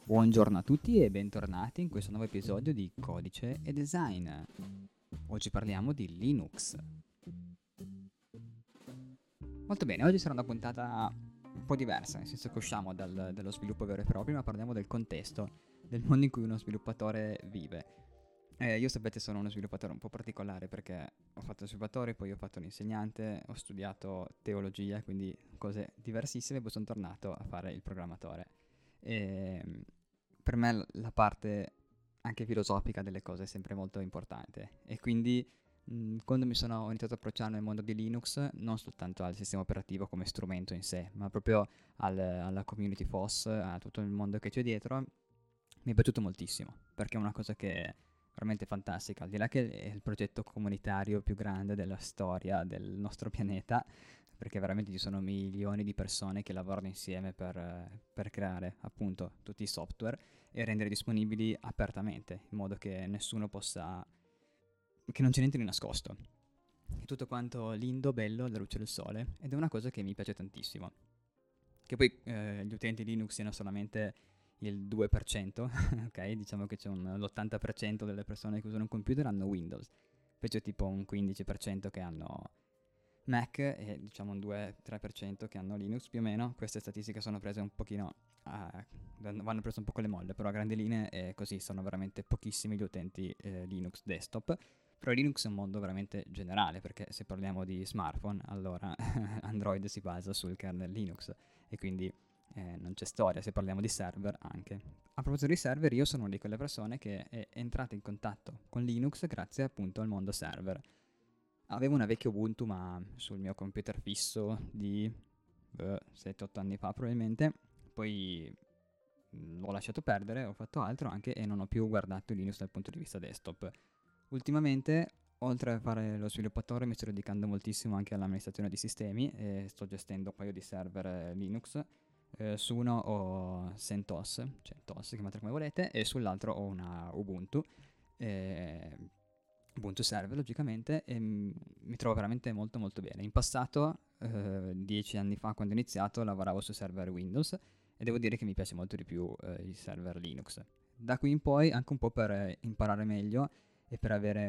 Buongiorno a tutti e bentornati in questo nuovo episodio di Codice e Design. Oggi parliamo di Linux. Molto bene, oggi sarà una puntata un po' diversa, nel senso che usciamo dallo sviluppo vero e proprio, ma parliamo del contesto, del mondo in cui uno sviluppatore vive. Io sapete sono uno sviluppatore un po' particolare perché ho fatto il sviluppatore, poi ho fatto l'insegnante, ho studiato teologia, quindi cose diversissime, poi sono tornato a fare il programmatore. E per me la parte anche filosofica delle cose è sempre molto importante e quindi quando ho iniziato ad approcciarmi al mondo di Linux, non soltanto al sistema operativo come strumento in sé, ma proprio alla community FOSS, a tutto il mondo che c'è dietro, mi è piaciuto moltissimo, perché è una cosa che è veramente fantastica, al di là che è il progetto comunitario più grande della storia del nostro pianeta, perché veramente ci sono milioni di persone che lavorano insieme per creare appunto tutti i software e rendere disponibili apertamente, in modo che nessuno possa, che non c'è niente di nascosto. È tutto quanto lindo, bello, alla luce del sole, ed è una cosa che mi piace tantissimo. Che poi gli utenti Linux siano solamente il 2%, ok? Diciamo che l'80% delle persone che usano un computer hanno Windows, poi c'è tipo un 15% che hanno Mac e diciamo un 2-3% che hanno Linux più o meno. Queste statistiche sono prese un pochino, vanno prese un po' con le molle, però a grandi linee è così, sono veramente pochissimi gli utenti Linux desktop. Però Linux è un mondo veramente generale, perché se parliamo di smartphone, allora Android si basa sul kernel Linux e quindi non c'è storia, se parliamo di server anche. A proposito di server, io sono una di quelle persone che è entrata in contatto con Linux grazie appunto al mondo server. Avevo una vecchia Ubuntu, ma sul mio computer fisso di 7-8 anni fa probabilmente. Poi l'ho lasciato perdere, ho fatto altro anche e non ho più guardato Linux dal punto di vista desktop. Ultimamente, oltre a fare lo sviluppatore, mi sto dedicando moltissimo anche all'amministrazione di sistemi e sto gestendo un paio di server Linux. Su uno ho CentOS, cioè TOS, chiamatelo come volete, e sull'altro ho una Ubuntu. eh, Ubuntu server logicamente e mi trovo veramente molto molto bene. In passato, 10 anni fa quando ho iniziato, lavoravo su server Windows e devo dire che mi piace molto di più il server Linux. Da qui in poi, anche un po' per imparare meglio e per avere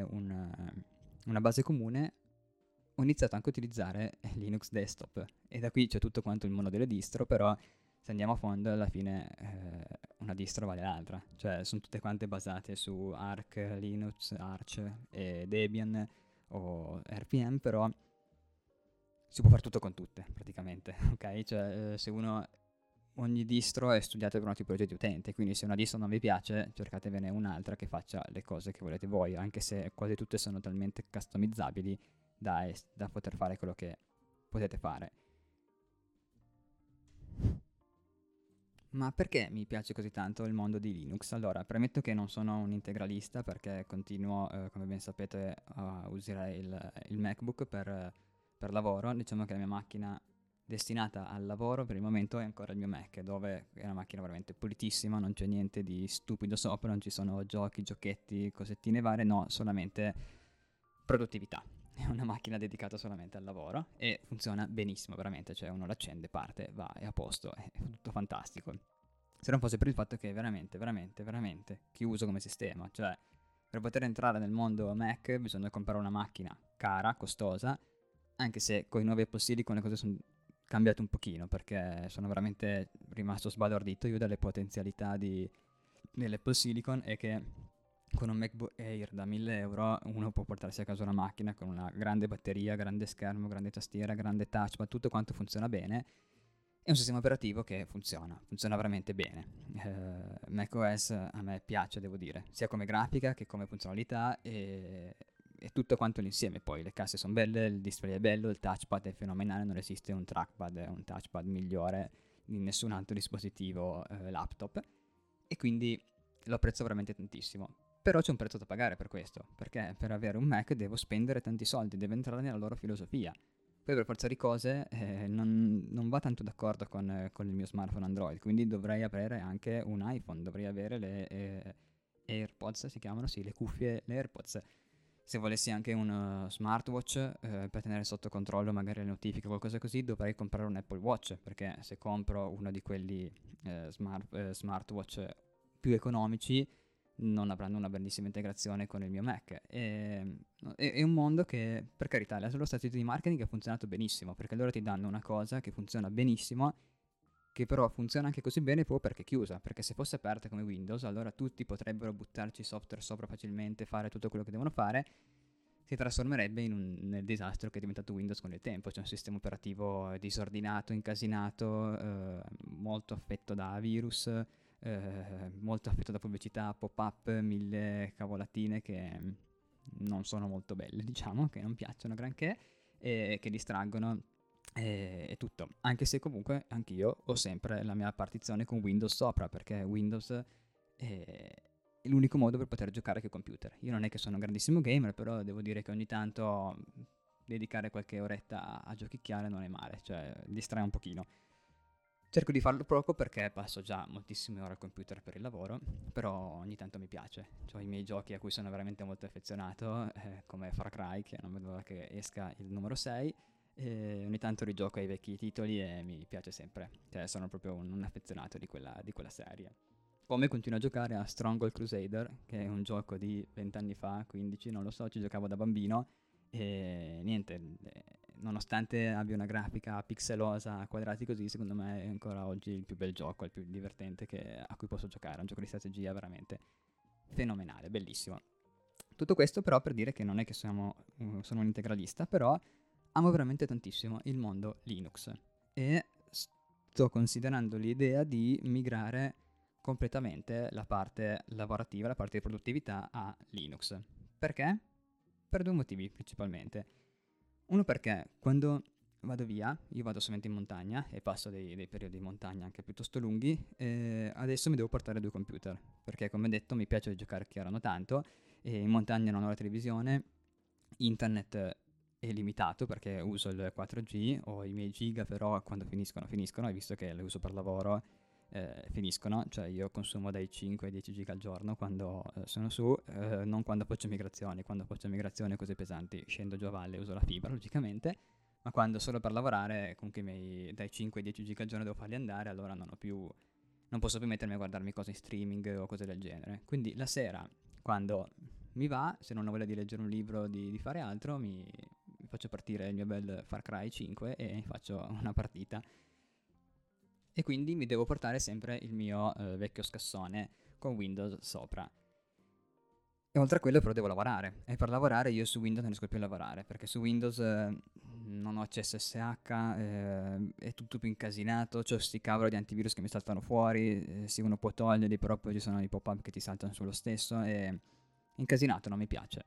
una base comune, ho iniziato anche a utilizzare Linux desktop e da qui c'è tutto quanto il mondo delle distro, però se andiamo a fondo alla fine una distro vale l'altra, cioè sono tutte quante basate su Arch, Linux, Arch e Debian o RPM, però si può fare tutto con tutte praticamente, ok? Cioè se uno ogni distro è studiata per una tipologia di utente, quindi se una distro non vi piace cercatevene un'altra che faccia le cose che volete voi, anche se quasi tutte sono talmente customizzabili da poter fare quello che potete fare. Ma perché mi piace così tanto il mondo di Linux? Allora, premetto che non sono un integralista perché continuo, come ben sapete, a usare il MacBook per lavoro. Diciamo che la mia macchina destinata al lavoro per il momento è ancora il mio Mac, dove è una macchina veramente pulitissima, non c'è niente di stupido sopra, non ci sono giochi, giochetti, cosettine varie, no, solamente produttività. È una macchina dedicata solamente al lavoro e funziona benissimo, veramente. Cioè, uno l'accende, parte, va, è a posto, è tutto fantastico. Se non fosse per il fatto che è veramente, veramente, veramente chiuso come sistema. Cioè, per poter entrare nel mondo Mac bisogna comprare una macchina cara, costosa, anche se con i nuovi Apple Silicon le cose sono cambiate un pochino, perché sono veramente rimasto sbalordito io dalle potenzialità dell'Apple Silicon e che con un MacBook Air da 1000 euro uno può portarsi a casa una macchina con una grande batteria, grande schermo, grande tastiera, grande touchpad, tutto quanto funziona bene. È un sistema operativo che funziona veramente bene. macOS a me piace, devo dire, sia come grafica che come funzionalità e tutto quanto l'insieme. Poi le casse sono belle, il display è bello, il touchpad è fenomenale, non esiste un trackpad, un touchpad migliore di nessun altro dispositivo laptop e quindi lo apprezzo veramente tantissimo. Però c'è un prezzo da pagare per questo, perché per avere un Mac devo spendere tanti soldi, devo entrare nella loro filosofia. Poi per forza di cose non va tanto d'accordo con il mio smartphone Android, quindi dovrei avere anche un iPhone, dovrei avere le AirPods, si chiamano, sì, le cuffie, le AirPods. Se volessi anche un smartwatch per tenere sotto controllo magari le notifiche o qualcosa così, dovrei comprare un Apple Watch, perché se compro uno di quelli smartwatch più economici non avranno una grandissima integrazione con il mio Mac. È un mondo che, per carità, la loro strategia di marketing ha funzionato benissimo, perché loro ti danno una cosa che funziona benissimo, che però funziona anche così bene proprio perché è chiusa, perché se fosse aperta come Windows, allora tutti potrebbero buttarci software sopra facilmente, fare tutto quello che devono fare, si trasformerebbe nel disastro che è diventato Windows con il tempo, cioè un sistema operativo disordinato, incasinato, molto affetto da virus, molto affetto da pubblicità, pop-up, mille cavolatine che non sono molto belle, diciamo, che non piacciono granché e che distraggono e tutto. Anche se comunque anch'io ho sempre la mia partizione con Windows sopra, perché Windows è l'unico modo per poter giocare che computer. Io non è che sono un grandissimo gamer, però devo dire che ogni tanto dedicare qualche oretta a giochicchiare non è male, cioè distrae un pochino. Cerco di farlo poco perché passo già moltissime ore al computer per il lavoro, però ogni tanto mi piace. Ho i miei giochi a cui sono veramente molto affezionato, come Far Cry, che non vedo l'ora che esca il numero 6, e ogni tanto rigioco ai vecchi titoli e mi piace sempre. Cioè, sono proprio un affezionato di quella serie. Come continuo a giocare a Stronghold Crusader, che è un gioco di 20 anni fa, 15, non lo so, ci giocavo da bambino e niente, nonostante abbia una grafica pixelosa a quadrati così, secondo me è ancora oggi il più bel gioco, il più divertente a cui posso giocare. È un gioco di strategia veramente fenomenale, bellissimo. Tutto questo però per dire che non è che sono un integralista, però amo veramente tantissimo il mondo Linux e sto considerando l'idea di migrare completamente la parte lavorativa, la parte di produttività a Linux. Perché? Per due motivi principalmente. Uno perché quando vado via, io vado solamente in montagna e passo dei periodi in montagna anche piuttosto lunghi, adesso mi devo portare due computer, perché come detto mi piace giocare che erano tanto, e in montagna non ho la televisione, internet è limitato perché uso il 4G, ho i miei giga però quando finiscono finiscono, e visto che le uso per lavoro finiscono, cioè io consumo dai 5 ai 10 giga al giorno quando sono su, non quando faccio migrazioni, quando faccio migrazioni cose pesanti scendo giù a valle, uso la fibra logicamente, ma quando solo per lavorare comunque dai 5 ai 10 giga al giorno devo farli andare, allora non posso più mettermi a guardarmi cose in streaming o cose del genere. Quindi la sera, quando mi va, se non ho voglia di leggere un libro, di fare altro, mi faccio partire il mio bel Far Cry 5 e faccio una partita. E quindi mi devo portare sempre il mio vecchio scassone con Windows sopra. E oltre a quello però devo lavorare. E per lavorare io su Windows non riesco più a lavorare, perché su Windows non ho accesso SH, è tutto più incasinato, c'ho sti cavolo di antivirus che mi saltano fuori, sì uno può toglierli, però poi ci sono i pop-up che ti saltano sullo stesso, è incasinato, non mi piace.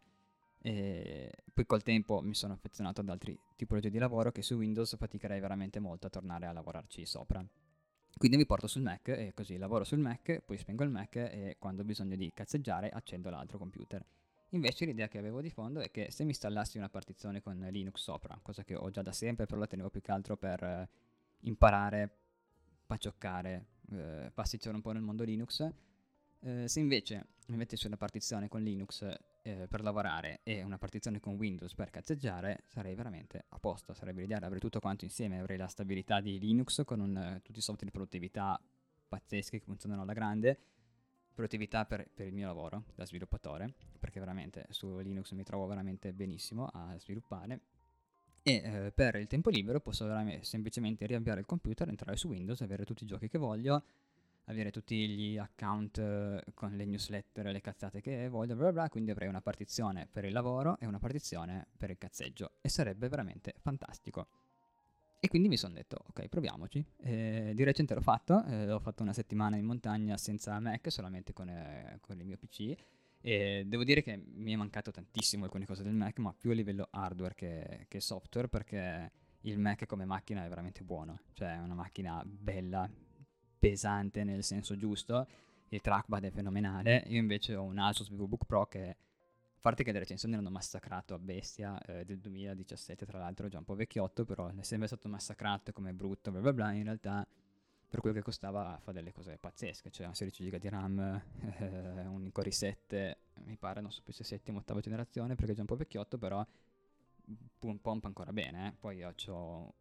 E poi col tempo mi sono affezionato ad altri tipologie di lavoro che su Windows faticherei veramente molto a tornare a lavorarci sopra. Quindi mi porto sul Mac e così lavoro sul Mac, poi spengo il Mac e quando ho bisogno di cazzeggiare accendo l'altro computer. Invece l'idea che avevo di fondo è che se mi installassi una partizione con Linux sopra, cosa che ho già da sempre, però la tenevo più che altro per imparare, pacioccare, pasticciare un po' nel mondo Linux, se invece mi mettessi una partizione con Linux per lavorare e una partizione con Windows per cazzeggiare, sarei veramente a posto, sarebbe l'ideale, avrei tutto quanto insieme, avrei la stabilità di Linux con tutti i software di produttività pazzeschi che funzionano alla grande, produttività per il mio lavoro da sviluppatore, perché veramente su Linux mi trovo veramente benissimo a sviluppare, e per il tempo libero posso semplicemente riavviare il computer, entrare su Windows, avere tutti i giochi che voglio, avere tutti gli account con le newsletter e le cazzate che voglio, bla bla bla, quindi avrei una partizione per il lavoro e una partizione per il cazzeggio e sarebbe veramente fantastico. E quindi mi sono detto, ok, proviamoci. Di recente l'ho fatto, ho fatto una settimana in montagna senza Mac, solamente con il mio PC. E devo dire che mi è mancato tantissimo alcune cose del Mac, ma più a livello hardware che software, perché il Mac come macchina è veramente buono. Cioè è una macchina bella, pesante nel senso giusto, il trackpad è fenomenale. Io invece ho un Asus VivoBook Pro che, a parte che le recensioni erano massacrato a bestia, del 2017 tra l'altro, già un po' vecchiotto, però è sempre stato massacrato come brutto, bla bla bla, in realtà per quello che costava fa delle cose pazzesche, cioè un 16 GB di RAM, un Core i7, mi pare, non so più se settima o ottava generazione, perché è già un po' vecchiotto, però pompa ancora bene, Poi io ho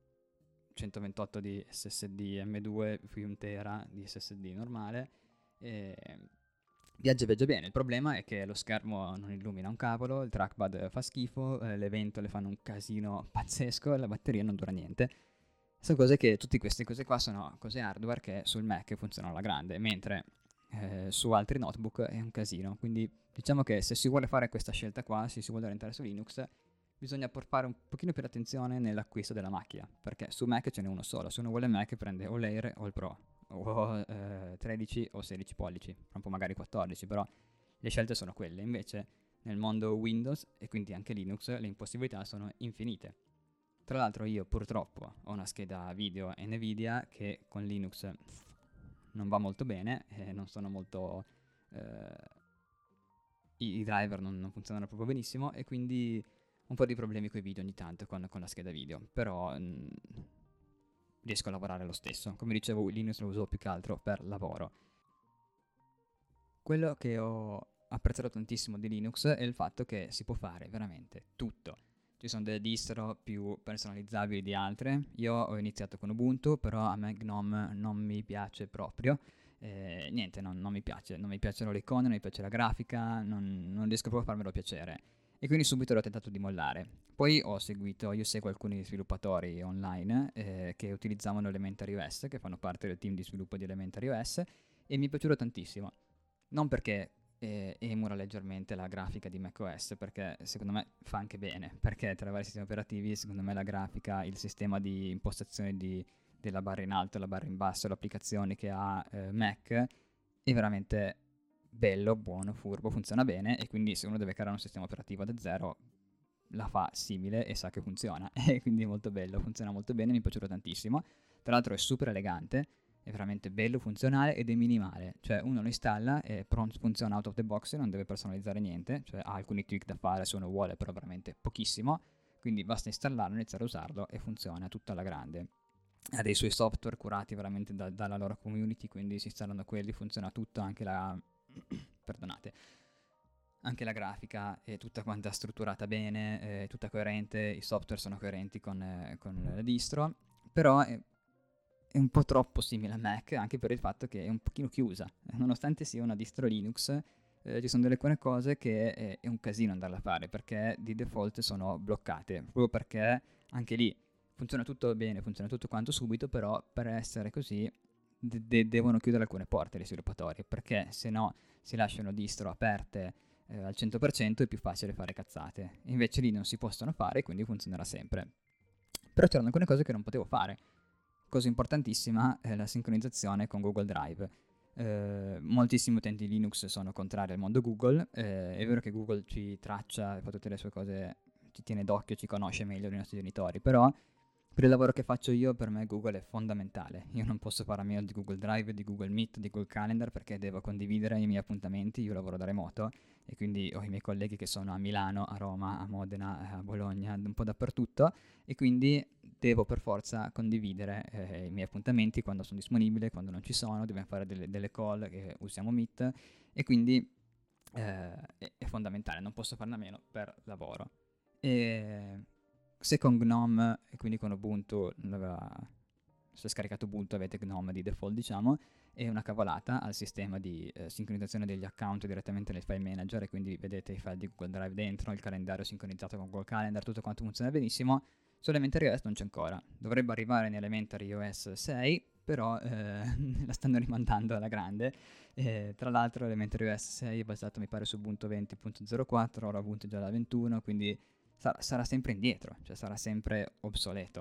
128 di SSD M2 più un tera di SSD normale, e viaggia bene. Il problema è che lo schermo non illumina un cavolo, il trackpad fa schifo, le ventole fanno un casino pazzesco e la batteria non dura niente. Sono cose che, tutte queste cose qua sono cose hardware che sul Mac funzionano alla grande, mentre su altri notebook è un casino. Quindi diciamo che se si vuole fare questa scelta qua, se si vuole orientare su Linux, bisogna fare un pochino più attenzione nell'acquisto della macchina, perché su Mac ce n'è uno solo. Se uno vuole Mac prende o l'Air o il Pro, o 13 o 16 pollici, un po' magari 14, però le scelte sono quelle. Invece nel mondo Windows e quindi anche Linux le impossibilità sono infinite. Tra l'altro io purtroppo ho una scheda video Nvidia che con Linux non va molto bene, non sono molto... i driver non funzionano proprio benissimo e quindi un po' di problemi con i video ogni tanto con la scheda video, però riesco a lavorare lo stesso. Come dicevo, Linux lo uso più che altro per lavoro. Quello che ho apprezzato tantissimo di Linux è il fatto che si può fare veramente tutto. Ci sono delle distro più personalizzabili di altre. Io ho iniziato con Ubuntu, però a me GNOME non mi piace proprio. Niente, non mi piace. Non mi piacciono le icone, non mi piace la grafica, non riesco proprio a farmelo piacere. E quindi subito l'ho tentato di mollare. Poi io seguo alcuni sviluppatori online che utilizzavano Elementary OS, che fanno parte del team di sviluppo di Elementary OS, e mi è piaciuto tantissimo. Non perché emula leggermente la grafica di macOS, perché secondo me fa anche bene, perché tra i vari sistemi operativi, secondo me la grafica, il sistema di impostazione della barra in alto e la barra in basso, le applicazioni che ha Mac, è veramente bello, buono, furbo, funziona bene, e quindi se uno deve creare un sistema operativo da zero, la fa simile e sa che funziona, e quindi è molto bello, funziona molto bene, mi è piaciuto tantissimo. Tra l'altro è super elegante, è veramente bello, funzionale ed è minimale, cioè uno lo installa e funziona out of the box e non deve personalizzare niente, cioè ha alcuni tweak da fare se uno vuole, però veramente pochissimo, quindi basta installarlo, iniziare a usarlo e funziona tutto alla grande. Ha dei suoi software curati veramente dalla loro community, quindi si installano quelli, funziona tutto, anche la perdonate, anche la grafica è tutta quanta strutturata bene, è tutta coerente, i software sono coerenti con la distro, però è un po' troppo simile a Mac, anche per il fatto che è un pochino chiusa. Nonostante sia una distro Linux, ci sono delle alcune cose che è un casino andarle a fare, perché di default sono bloccate, proprio perché anche lì funziona tutto bene, funziona tutto quanto subito, però per essere così devono chiudere alcune porte gli sviluppatori, perché se no si lasciano distro aperte al 100% è più facile fare cazzate. Invece lì non si possono fare, quindi funzionerà sempre. Però c'erano alcune cose che non potevo fare. Cosa importantissima è la sincronizzazione con Google Drive. Moltissimi utenti Linux sono contrari al mondo Google. È vero che Google ci traccia, fa tutte le sue cose, ci tiene d'occhio, ci conosce meglio dei nostri genitori, però per il lavoro che faccio io, per me Google è fondamentale. Io non posso fare a meno di Google Drive, di Google Meet, di Google Calendar, perché devo condividere i miei appuntamenti. Io lavoro da remoto e quindi ho i miei colleghi che sono a Milano, a Roma, a Modena, a Bologna, un po' dappertutto, e quindi devo per forza condividere i miei appuntamenti quando sono disponibile, quando non ci sono, dobbiamo fare delle call che usiamo Meet, e quindi è fondamentale, non posso farne a meno per lavoro. E se con GNOME e quindi con Ubuntu, se scaricato Ubuntu avete GNOME di default, diciamo, è una cavolata al sistema di sincronizzazione degli account direttamente nel file manager, e quindi vedete i file di Google Drive dentro, il calendario sincronizzato con Google Calendar, tutto quanto funziona benissimo. Su Elementary OS non c'è ancora, dovrebbe arrivare in Elementary OS 6, però la stanno rimandando alla grande. Tra l'altro Elementary OS 6 è basato mi pare su Ubuntu 20.04, ora Ubuntu è già la 21, quindi sarà sempre indietro, cioè sarà sempre obsoleto.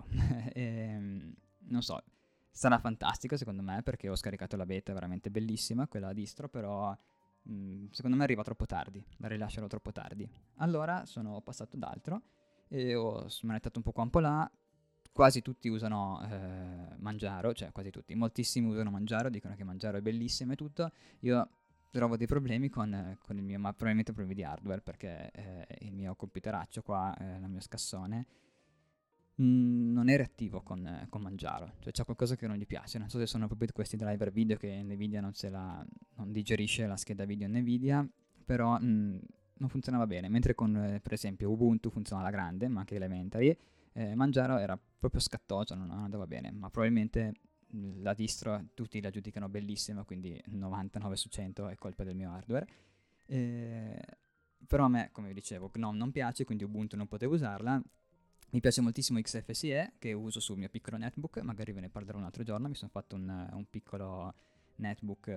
Non so, sarà fantastico secondo me, perché ho scaricato la beta, è veramente bellissima quella distro, però secondo me arriva troppo tardi, la rilascerò troppo tardi. Allora sono passato ad altro e ho smanettato un po' qua un po' là. Quasi tutti usano Manjaro, cioè quasi tutti, moltissimi usano Manjaro, dicono che Manjaro è bellissimo e tutto. Io trovo dei problemi con il mio, ma probabilmente problemi di hardware, perché il mio computeraccio qua, il mio scassone, non è reattivo con Manjaro, cioè c'è qualcosa che non gli piace. Non so se sono proprio questi driver video che Nvidia non digerisce la scheda video Nvidia, però non funzionava bene, mentre con per esempio Ubuntu funziona alla grande, ma anche Elementary, Manjaro era proprio scattoso, non andava bene, ma probabilmente la distro tutti la giudicano bellissima, quindi 99 su 100 è colpa del mio hardware. Però a me, come vi dicevo, GNOME non piace, quindi Ubuntu non potevo usarla. Mi piace moltissimo XFCE, che uso sul mio piccolo netbook, magari ve ne parlerò un altro giorno. Mi sono fatto un piccolo netbook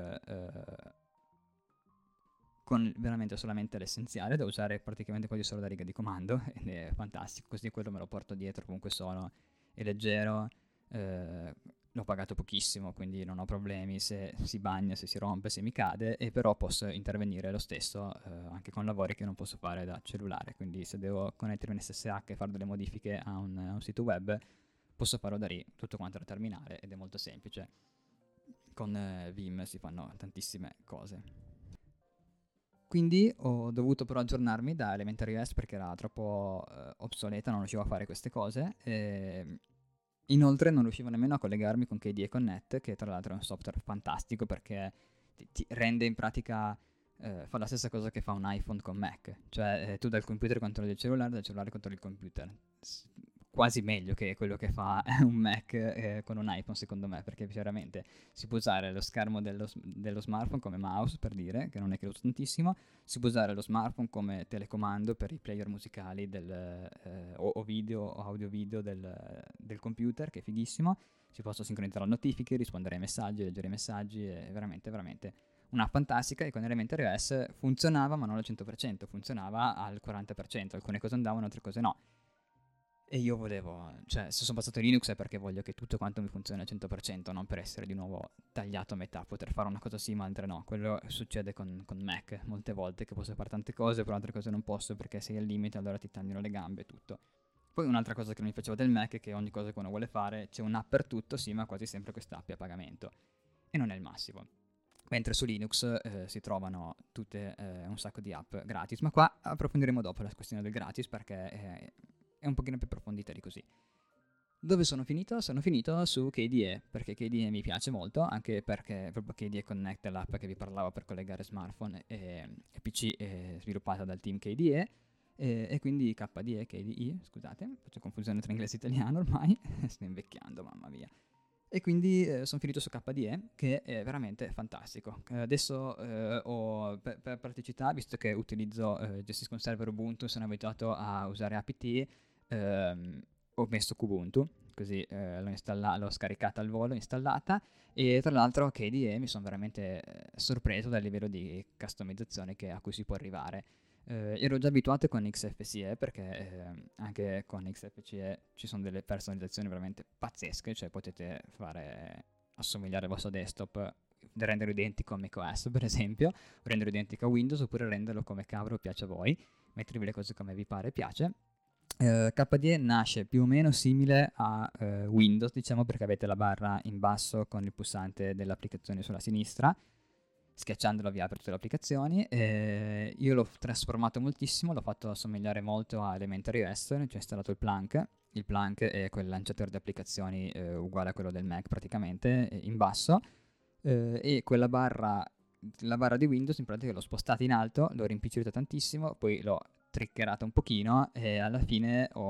con veramente solamente l'essenziale, da usare praticamente quasi solo da riga di comando, ed è fantastico, così quello me lo porto dietro ovunque sono, è leggero, l'ho pagato pochissimo, quindi non ho problemi se si bagna, se si rompe, se mi cade, e però posso intervenire lo stesso anche con lavori che non posso fare da cellulare, quindi se devo connettermi in SSH e fare delle modifiche a un sito web, posso farlo da lì, tutto quanto da terminale, ed è molto semplice. Con Vim si fanno tantissime cose. Quindi ho dovuto però aggiornarmi da Elementary OS perché era troppo obsoleta, non riuscivo a fare queste cose. Inoltre non riuscivo nemmeno a collegarmi con KDE Connect, che tra l'altro è un software fantastico perché ti rende in pratica, fa la stessa cosa che fa un iPhone con Mac. Cioè tu dal computer controlli il cellulare, dal cellulare controlli il computer. Quasi meglio che quello che fa un Mac con un iPhone, secondo me, perché veramente si può usare lo schermo dello smartphone come mouse, per dire, che non è che lo uso tantissimo, si può usare lo smartphone come telecomando per i player musicali o video o audio-video del computer, che è fighissimo, si possono sincronizzare le notifiche, rispondere ai messaggi, leggere i messaggi, è veramente, veramente una fantastica. E con Elementary OS funzionava, ma non al 100%, funzionava al 40%, alcune cose andavano, altre cose no. E io volevo, cioè, se sono passato a Linux è perché voglio che tutto quanto mi funzioni al 100%, non per essere di nuovo tagliato a metà, poter fare una cosa sì ma altre no. Quello succede con Mac molte volte, che posso fare tante cose, però altre cose non posso perché sei al limite, allora ti tagliano le gambe e tutto. Poi un'altra cosa che non mi piaceva del Mac è che ogni cosa che uno vuole fare c'è un'app per tutto, sì, ma quasi sempre questa app è a pagamento. E non è il massimo. Mentre su Linux si trovano tutte un sacco di app gratis, ma qua approfondiremo dopo la questione del gratis perché è un pochino più approfondita di così. Dove sono finito? Sono finito su KDE, perché KDE mi piace molto, anche perché proprio KDE Connect è l'app che vi parlavo per collegare smartphone e PC, è sviluppata dal team KDE, e quindi KDE, scusate, faccio confusione tra inglese e italiano ormai, sto invecchiando, mamma mia. E quindi sono finito su KDE, che è veramente fantastico. Adesso per praticità, visto che utilizzo, gestisco un server Ubuntu, sono abituato a usare apt, ho messo Kubuntu, così l'ho scaricata al volo, installata, e tra l'altro KDE mi sono veramente sorpreso dal livello di customizzazione a cui si può arrivare. Ero già abituato con XFCE perché anche con XFCE ci sono delle personalizzazioni veramente pazzesche, cioè potete fare assomigliare il vostro desktop, renderlo identico a macOS per esempio, renderlo identico a Windows, oppure renderlo come cavolo piace a voi, mettervi le cose come vi pare e piace. KDE nasce più o meno simile a Windows, diciamo, perché avete la barra in basso con il pulsante dell'applicazione sulla sinistra. Schiacciandolo vi apre tutte le applicazioni. Io l'ho trasformato moltissimo, l'ho fatto assomigliare molto a Elementary OS, ci ho installato il Plank. Il Plank è quel lanciatore di applicazioni uguale a quello del Mac praticamente, in basso. E quella barra, la barra di Windows in pratica l'ho spostata in alto, l'ho rimpicciolita tantissimo, poi l'ho trickerata un pochino e alla fine ho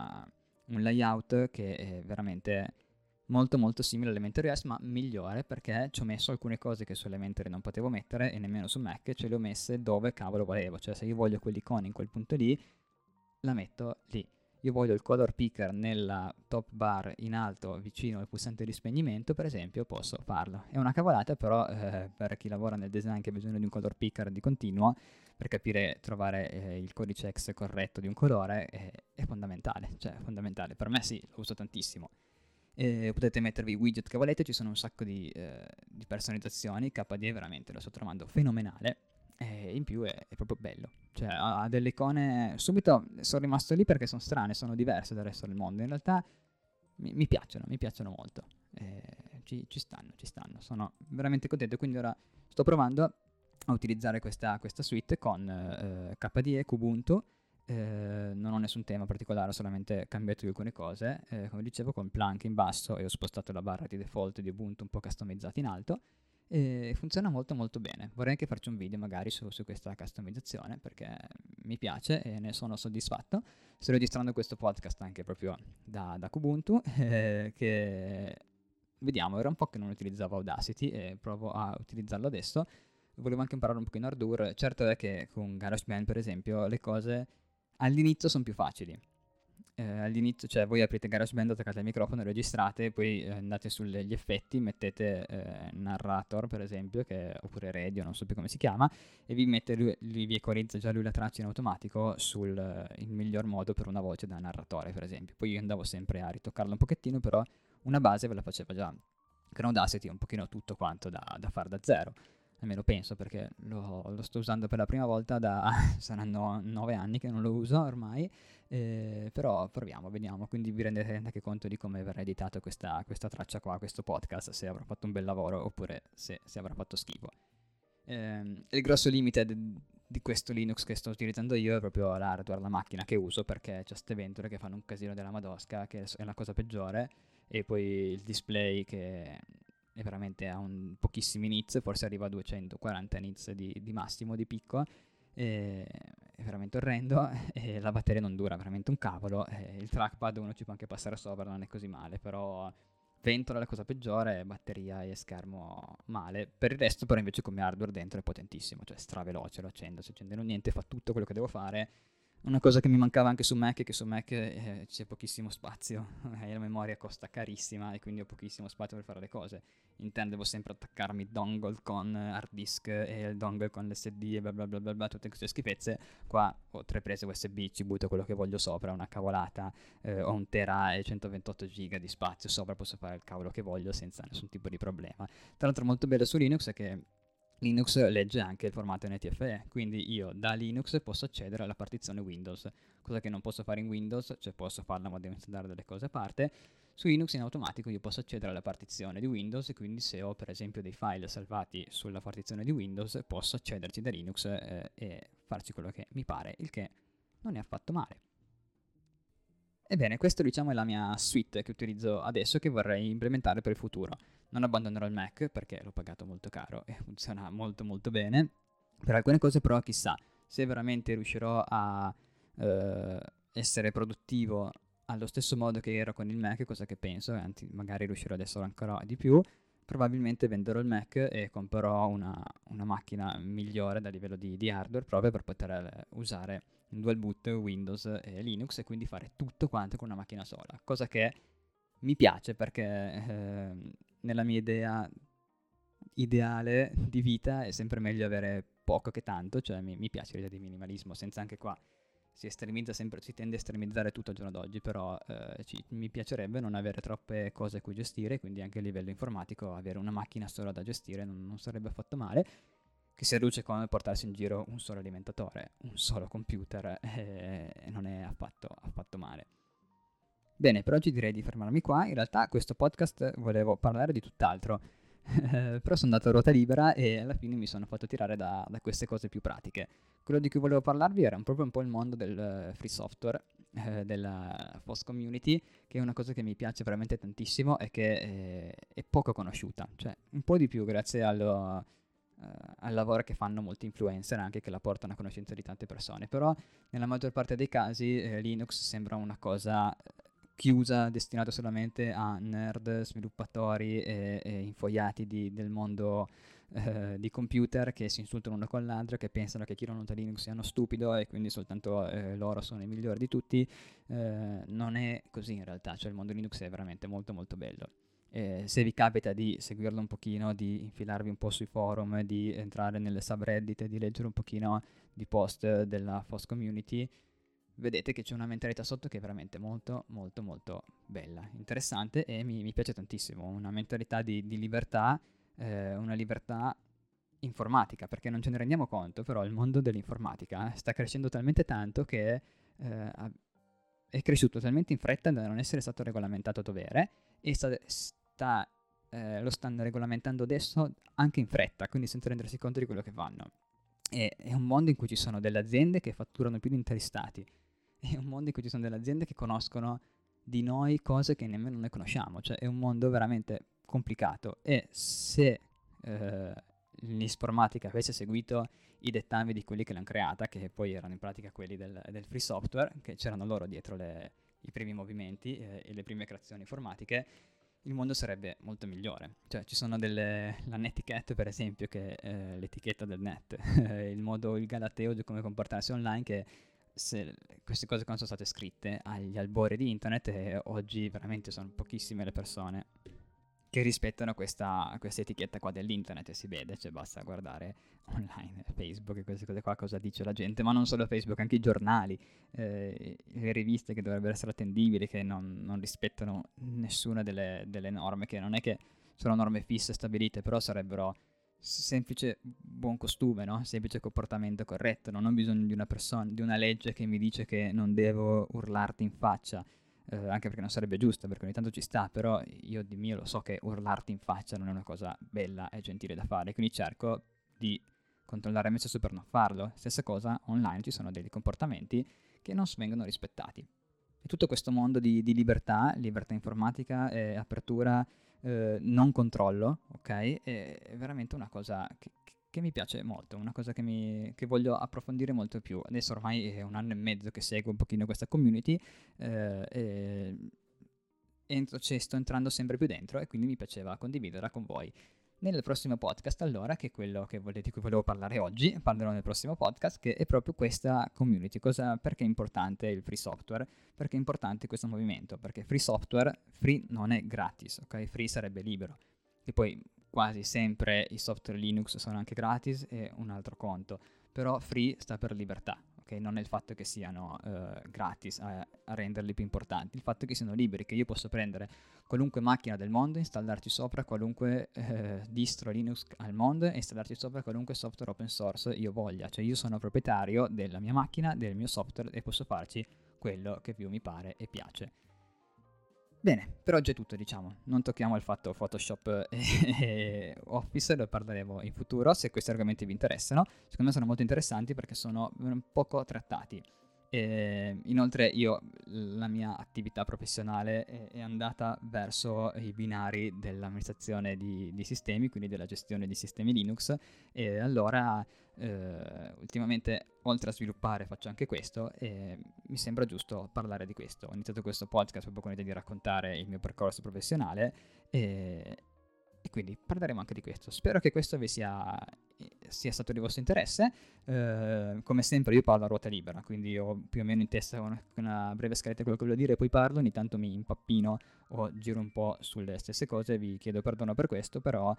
un layout che è veramente molto molto simile a Elementary OS, ma migliore perché ci ho messo alcune cose che su Elementary non potevo mettere e nemmeno su Mac, ce le ho messe dove cavolo volevo. Cioè se io voglio quell'icona in quel punto lì, la metto lì. Io voglio il color picker nella top bar in alto vicino al pulsante di spegnimento, per esempio, posso farlo. È una cavolata, però per chi lavora nel design che ha bisogno di un color picker di continuo, per capire, trovare il codice X corretto di un colore, è fondamentale. Cioè, è fondamentale. Per me sì, lo uso tantissimo. Potete mettervi i widget che volete, ci sono un sacco di personalizzazioni. KDE veramente lo sto trovando fenomenale. E in più è proprio bello. Cioè ha delle icone. Subito sono rimasto lì perché sono strane, sono diverse dal resto del mondo. In realtà mi piacciono molto. Ci stanno. Sono veramente contento. Quindi ora sto provando a utilizzare questa suite con KDE, Kubuntu. Non ho nessun tema particolare, ho solamente cambiato alcune cose. Come dicevo, con Plank in basso e ho spostato la barra di default di Ubuntu un po' customizzata in alto. E funziona molto molto bene. Vorrei anche farci un video magari su questa customizzazione perché mi piace e ne sono soddisfatto. Sto registrando questo podcast anche proprio da Kubuntu, che vediamo, era un po' che non utilizzavo Audacity e provo a utilizzarlo adesso. Volevo anche imparare un pochino Ardour. Certo è che con GarageBand, per esempio, le cose all'inizio sono più facili. All'inizio, cioè, voi aprite GarageBand, attaccate il microfono, registrate, poi andate sugli effetti, mettete Narrator, per esempio, oppure Radio, non so più come si chiama, e vi equalizza già lui la traccia in automatico sul il miglior modo per una voce da narratore, per esempio. Poi io andavo sempre a ritoccarlo un pochettino, però una base ve la faceva già. Con Audacity è un pochino tutto quanto da fare da zero. Almeno penso, perché lo sto usando per la prima volta saranno 9 anni che non lo uso ormai, però proviamo, vediamo. Quindi vi rendete anche conto di come verrà editato questa traccia qua, questo podcast, se avrà fatto un bel lavoro oppure se avrà fatto schifo. Il grosso limite di questo Linux che sto utilizzando io è proprio l'hardware, la macchina che uso, perché c'è queste ventole che fanno un casino della madosca, che è la cosa peggiore, e poi il display che è veramente a pochissimi nits, forse arriva a 240 nits di massimo, di picco, è veramente orrendo, e la batteria non dura veramente un cavolo, il trackpad uno ci può anche passare sopra, non è così male, però ventola è la cosa peggiore, batteria e schermo male. Per il resto però invece come hardware dentro è potentissimo, cioè straveloce, lo accendo, se accendendo niente, fa tutto quello che devo fare. Una cosa che mi mancava anche su Mac è che su Mac c'è pochissimo spazio, la memoria costa carissima e quindi ho pochissimo spazio per fare le cose. In Ten devo sempre attaccarmi dongle con hard disk e il dongle con l'SD e bla bla bla bla bla, tutte queste schifezze. Qua ho 3 prese USB, ci butto quello che voglio sopra, una cavolata, ho 1 tera e 128 giga di spazio sopra, posso fare il cavolo che voglio senza nessun tipo di problema. Tra l'altro molto bello su Linux è che Linux legge anche il formato NTFE, quindi io da Linux posso accedere alla partizione Windows, cosa che non posso fare in Windows, cioè posso farla ma devo installare delle cose a parte. Su Linux in automatico io posso accedere alla partizione di Windows e quindi se ho per esempio dei file salvati sulla partizione di Windows posso accederci da Linux e farci quello che mi pare, il che non è affatto male. Ebbene, questo diciamo è la mia suite che utilizzo adesso, che vorrei implementare per il futuro. Non abbandonerò il Mac perché l'ho pagato molto caro e funziona molto molto bene. Per alcune cose però chissà, se veramente riuscirò a essere produttivo allo stesso modo che ero con il Mac, cosa che penso, e anzi magari riuscirò ad essere ancora di più, probabilmente venderò il Mac e comprerò una macchina migliore da livello di hardware proprio per poter usare in dual boot Windows e Linux e quindi fare tutto quanto con una macchina sola, cosa che mi piace perché nella mia idea ideale di vita è sempre meglio avere poco che tanto, cioè mi piace l'idea di minimalismo, senza anche qua si tende a estremizzare tutto al giorno d'oggi, però mi piacerebbe non avere troppe cose a cui gestire, quindi anche a livello informatico avere una macchina sola da gestire non sarebbe affatto male, che si riduce come portarsi in giro un solo alimentatore, un solo computer, e non è affatto male. Bene, per oggi direi di fermarmi qua. In realtà questo podcast volevo parlare di tutt'altro, però sono andato a ruota libera e alla fine mi sono fatto tirare da queste cose più pratiche. Quello di cui volevo parlarvi era proprio un po' il mondo del free software, della FOSS community, che è una cosa che mi piace veramente tantissimo e che è poco conosciuta, cioè un po' di più grazie al lavoro che fanno molti influencer anche, che la portano a conoscenza di tante persone, però nella maggior parte dei casi Linux sembra una cosa chiusa, destinata solamente a nerd, sviluppatori e infoiati del mondo di computer, che si insultano uno con l'altro, che pensano che chi non usa Linux sia uno stupido e quindi soltanto loro sono i migliori di tutti. Non è così in realtà, cioè il mondo Linux è veramente molto molto bello. Se vi capita di seguirlo un pochino, di infilarvi un po' sui forum, di entrare nelle subreddit, di leggere un pochino di post della FOSS community, vedete che c'è una mentalità sotto che è veramente molto molto molto bella, interessante, e mi piace tantissimo. Una mentalità di libertà, una libertà informatica, perché non ce ne rendiamo conto, però il mondo dell'informatica sta crescendo talmente tanto che è cresciuto talmente in fretta da non essere stato regolamentato a dovere, e lo stanno regolamentando adesso anche in fretta, quindi senza rendersi conto di quello che fanno. È un mondo in cui ci sono delle aziende che fatturano più di interi stati, è un mondo in cui ci sono delle aziende che conoscono di noi cose che nemmeno noi conosciamo, cioè è un mondo veramente complicato, e se l'informatica avesse seguito i dettami di quelli che l'hanno creata, che poi erano in pratica quelli del free software, che c'erano loro dietro i primi movimenti e le prime creazioni informatiche, il mondo sarebbe molto migliore. Cioè, ci sono la netiquette, per esempio, che è l'etichetta del net, il galateo di come comportarsi online, che se queste cose quando sono state scritte agli albori di internet, e oggi veramente sono pochissime le persone che rispettano questa etichetta qua dell'internet, e si vede, cioè basta guardare online Facebook e queste cose qua, cosa dice la gente, ma non solo Facebook, anche i giornali, le riviste che dovrebbero essere attendibili, che non rispettano nessuna delle norme, che non è che sono norme fisse stabilite, però sarebbero semplice buon costume, no? Semplice comportamento corretto, non ho bisogno di una persona, di una legge che mi dice che non devo urlarti in faccia, anche perché non sarebbe giusto, perché ogni tanto ci sta, però io di mio lo so che urlarti in faccia non è una cosa bella e gentile da fare, quindi cerco di controllare me stesso per non farlo. Stessa cosa, online ci sono dei comportamenti che non vengono rispettati. E tutto questo mondo di libertà informatica, apertura, non controllo, ok? È veramente una cosa che mi piace molto, una cosa che voglio approfondire molto più. Adesso ormai è 1 anno e mezzo che seguo un pochino questa community, sto entrando sempre più dentro, e quindi mi piaceva condividerla con voi. Nel prossimo podcast, allora, che è quello di cui volevo parlare oggi, parlerò nel prossimo podcast, che è proprio questa community. Perché è importante il free software? Perché è importante questo movimento? Perché free non è gratis, ok? Free sarebbe libero. E poi quasi sempre i software Linux sono anche gratis, è un altro conto. Però free sta per libertà, ok? Non è il fatto che siano gratis a renderli più importanti, il fatto che siano liberi, che io posso prendere qualunque macchina del mondo, installarci sopra qualunque distro Linux al mondo e installarci sopra qualunque software open source io voglia. Cioè io sono proprietario della mia macchina, del mio software, e posso farci quello che più mi pare e piace. Bene, per oggi è tutto, diciamo. Non tocchiamo il fatto Photoshop e Office, lo parleremo in futuro se questi argomenti vi interessano. Secondo me sono molto interessanti perché sono poco trattati. Inoltre la mia attività professionale è andata verso i binari dell'amministrazione di sistemi, quindi della gestione di sistemi Linux, e allora ultimamente, oltre a sviluppare, faccio anche questo, e mi sembra giusto parlare di questo. Ho iniziato questo podcast proprio con l'idea di raccontare il mio percorso professionale, e quindi parleremo anche di questo. Spero che questo vi sia stato di vostro interesse. Come sempre io parlo a ruota libera, quindi ho più o meno in testa una breve scaletta quello che voglio dire, e poi parlo, ogni tanto mi impappino o giro un po' sulle stesse cose, vi chiedo perdono per questo, però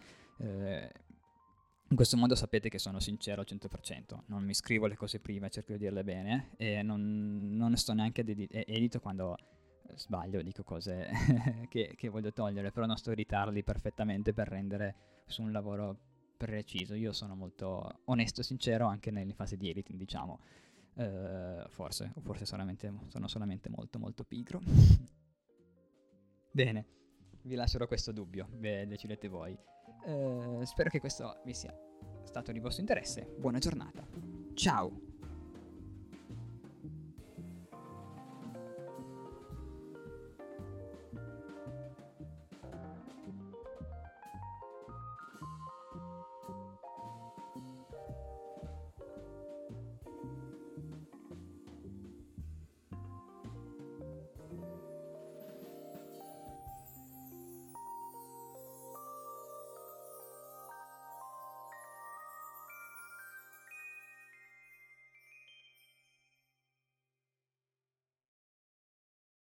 in questo modo sapete che sono sincero al 100%, non mi scrivo le cose prima, cerco di dirle bene, e non sto neanche edito quando sbaglio, dico cose che voglio togliere, però non sto editarli perfettamente per rendere su un lavoro preciso. Io sono molto onesto e sincero anche nelle fasi di editing, diciamo. Forse sono solamente molto molto pigro. Bene, vi lascerò questo dubbio, decidete voi. Spero che questo vi sia stato di vostro interesse. Buona giornata. Ciao!